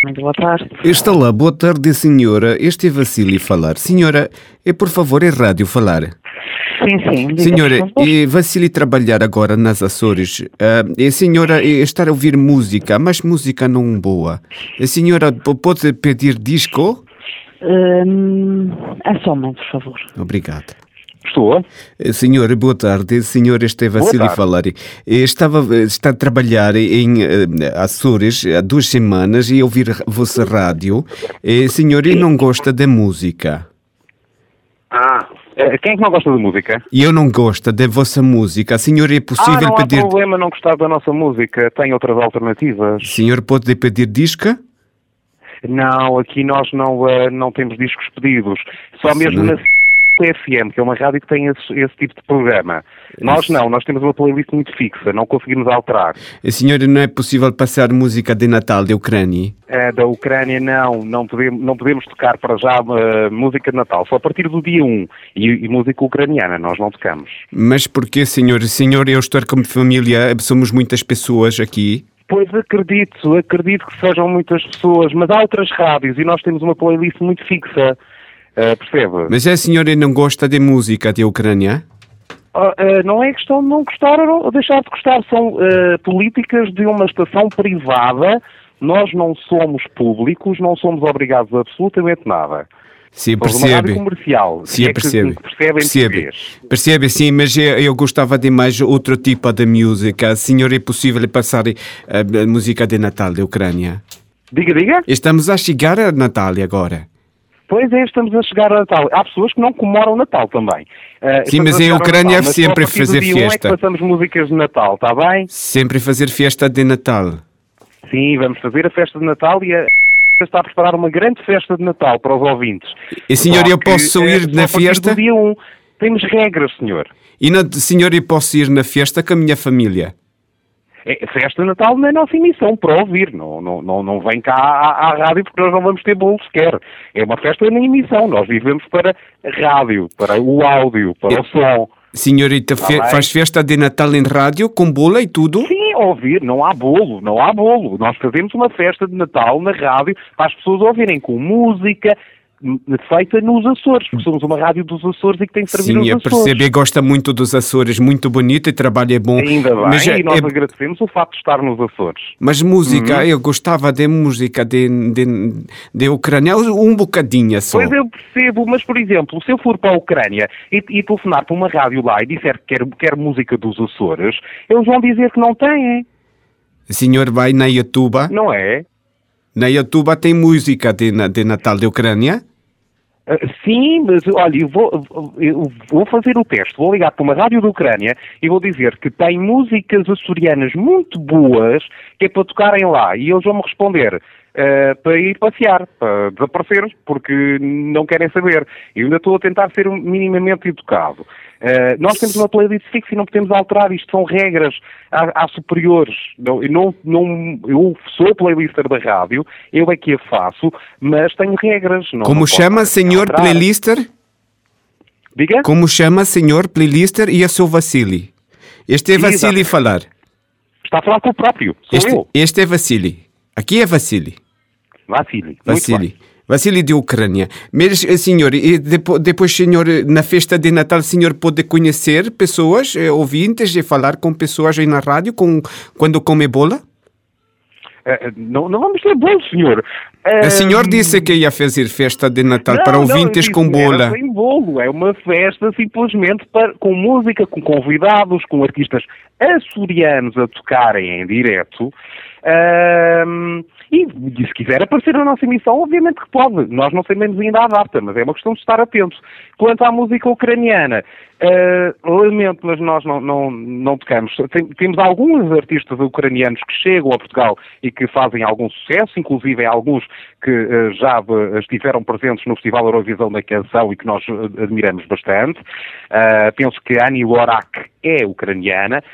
Muito boa tarde. Está lá, boa tarde, senhora. Este é Vassili falar. Senhora, por favor, é rádio falar. Sim, diga, Senhora, por favor. é Vassili trabalhar agora nas Açores. A senhora está a ouvir música, mas música não boa. A senhora pode pedir disco? É só um momento, por favor. Obrigado. Estou. Senhora, boa tarde. Senhora, este é Vassili falar. Está a trabalhar em Açores há 2 semanas e ouvir a vossa rádio. Senhora, e não gosta de música? Quem é que não gosta de música? E eu não gosto da vossa música. A senhora, é possível não pedir... há problema não gostar da nossa música. Tem outras alternativas. Senhor, pode pedir disco? Não, aqui nós não temos discos pedidos. Só mesmo na FM, que é uma rádio que tem esse tipo de programa. Nós temos uma playlist muito fixa, não conseguimos alterar. A senhora, não é possível passar música de Natal da Ucrânia? Da Ucrânia não podemos tocar para já música de Natal, só a partir do dia 1. E música ucraniana nós não tocamos. Mas porquê, senhor? Senhor, eu estou com família, somos muitas pessoas aqui. Pois acredito que sejam muitas pessoas, mas há outras rádios e nós temos uma playlist muito fixa. Percebe? Mas a senhora não gosta de música da Ucrânia? Não é questão de não gostar ou deixar de gostar. São políticas de uma estação privada. Nós não somos públicos, não somos obrigados a absolutamente nada. Sim, somos uma rádio comercial. Sim, percebe. Percebe, sim, mas eu gostava de mais outro tipo de música. Senhor, é possível passar a música de Natal da Ucrânia? Diga. Estamos a chegar a Natal agora. Pois é, estamos a chegar a Natal. Há pessoas que não comemoram Natal também. Sim, mas em Ucrânia é sempre fazer festa. É que passamos músicas de Natal, está bem? Sempre fazer festa de Natal. Sim, vamos fazer a festa de Natal e está a preparar uma grande festa de Natal para os ouvintes. E senhor, eu posso ir na festa? Do dia 1. Temos regras, senhor. Senhor, eu posso ir na festa com a minha família? Festa de Natal na nossa emissão, para ouvir. Não vem cá à rádio porque nós não vamos ter bolo sequer. É uma festa na emissão. Nós vivemos para a rádio, para o áudio, para o som. Senhorita, faz festa de Natal em rádio com bolo e tudo? Sim, ouvir. Não há bolo. Nós fazemos uma festa de Natal na rádio para as pessoas ouvirem com música feita nos Açores, porque somos uma rádio dos Açores e que tem que servir nos Açores. Sim, eu percebo, gosta muito dos Açores, muito bonito e trabalho é bom. Ainda bem, mas e nós agradecemos o facto de estar nos Açores. Mas música, eu gostava de música de Ucrânia, um bocadinho só. Pois eu percebo, mas por exemplo, se eu for para a Ucrânia e telefonar para uma rádio lá e disser que quer música dos Açores, eles vão dizer que não têm. O senhor vai na YouTube? Não é? Na YouTube tem música de Natal da Ucrânia? Sim, mas olha, eu vou fazer o teste, vou ligar para uma rádio da Ucrânia e vou dizer que tem músicas açorianas muito boas que é para tocarem lá e eles vão me responder para ir passear, para desaparecer, porque não querem saber. Eu ainda estou a tentar ser minimamente educado. Nós temos uma playlist fixa e não podemos alterar, isto são regras há superiores. Eu sou playlister da rádio, eu é que a faço, mas tenho regras. Como chama, senhor playlister? Diga? Como chama, senhor playlister? E eu sou Vassili. Este é Vassili falar. Está a falar com o próprio, sou eu. Este é Vassili. Aqui é Vassili. Vassili de Ucrânia. Mas, senhor, e depois, senhor, na festa de Natal, o senhor pode conhecer pessoas, ouvintes, e falar com pessoas aí na rádio quando come bola? Não vamos ter bolo, senhor. O senhor disse que ia fazer festa de Natal para ouvintes com bola. Não, sem bolo. É uma festa simplesmente com música, com convidados, com artistas açorianos a tocarem em direto. E se quiser aparecer na nossa emissão, obviamente que pode. Nós não sabemos ainda a data, mas é uma questão de estar atentos. Quanto à música ucraniana, lamento, mas nós não tocamos. Temos alguns artistas ucranianos que chegam a Portugal e que fazem algum sucesso, inclusive alguns que já estiveram presentes no Festival Eurovisão da Canção e que nós admiramos bastante. Penso que a Ani Lorak é ucraniana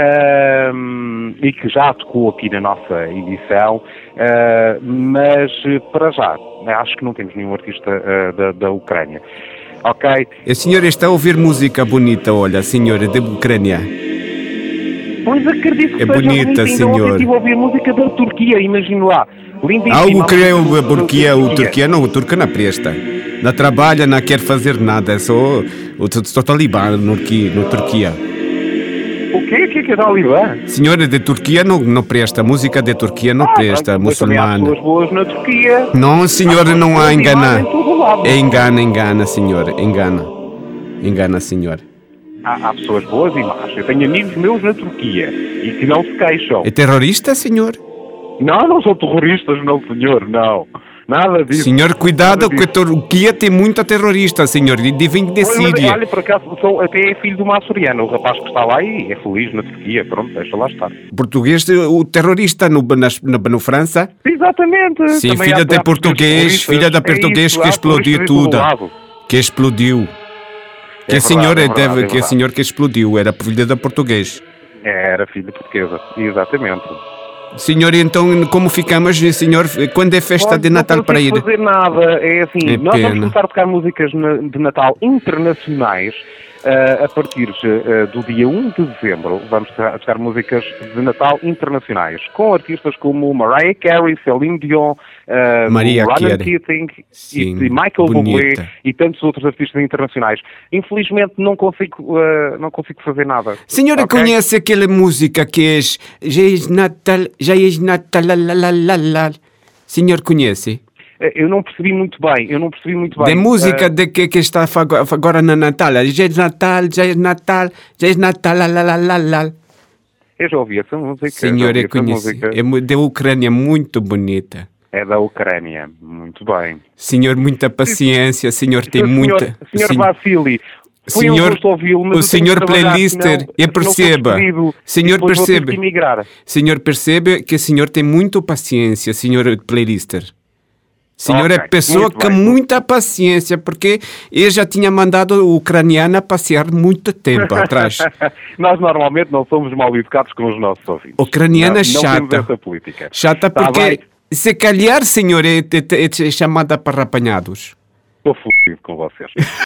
e que já tocou aqui na nossa edição, mas para já acho que não temos nenhum artista da Ucrânia. Ok? A senhora está a ouvir música bonita, olha, senhora, de Ucrânia. Pois acredito que É seja bonita, Ainda senhor. ontem estive a ouvir música da Turquia, imagino lá. Lindíssima. Algo que é música a Turquia, o Turquia não, o turco não presta. Não trabalha, não quer fazer nada, é só o talibã no Turquia. O quê? O que é talibã? Senhora de Turquia não presta, música de Turquia não presta, Mas também há muçulmana. pessoas boas na Turquia. Não, senhora, não há enganar. Em todo lado. Engana, senhora, engana, senhora. Há pessoas boas e más. Eu tenho amigos meus na Turquia e que não se queixam. É terrorista, senhor? Não são terroristas, não, senhor, não. Nada disso. Senhor, cuidado, Nada que a disso. Turquia tem muita terrorista, senhor, e devem de Olha, mas, Síria. olha, por acaso, até é filho de uma açoriana. O rapaz que está lá e é feliz na Turquia. Pronto, deixa lá estar. Português, o terrorista no França? Exatamente. Sim, Também filha há de português terroristas. que Há explodiu terroristas em tudo. todo lado. Que explodiu. Que É a senhora verdade, é deve, verdade. que a senhora que explodiu, era filha de português. Era filha portuguesa, exatamente. Senhor, então como ficamos, senhor, quando é festa de Natal para ir? Não fazer nada, é assim, É nós vamos pena. começar a tocar músicas de Natal internacionais a partir do dia 1 de dezembro. Vamos tocar músicas de Natal internacionais com artistas como Mariah Carey, Celine Dion, Mariah Ronan Carey. Keating Sim, e Michael Bublé bonita. e tantos outros artistas internacionais. Infelizmente não consigo fazer nada. Senhora Ok? conhece aquela música que é Já é Natal, la la la la la. Senhor conhece? Eu não percebi muito bem. De música de que está agora na Natal. Já é Natal, la la la la la. Eu já ouvi essa música. Senhora conhece? É da Ucrânia, muito bonita. É da Ucrânia. Muito bem. Senhor, muita paciência. Senhor, tem muita... Senhor Vassili, foi um gosto ouvi-lo, mas o eu tenho senhor que trabalhar, playlister, senão- eu senão sou perceba. despedido e Senhor depois vou ter percebe. que emigrar. Senhor percebe que o senhor tem muita paciência, senhor playlister. Senhor é Ok, pessoa muito com bem. muita paciência, porque eu já tinha mandado o ucraniano a passear muito tempo atrás. Nós normalmente não somos mal educados com os nossos ouvintes. Ucraniana não, é chata. Não temos essa política. Chata Tá porque, bem. se calhar, senhor, é chamada para apanhados. Estou fodido com vocês.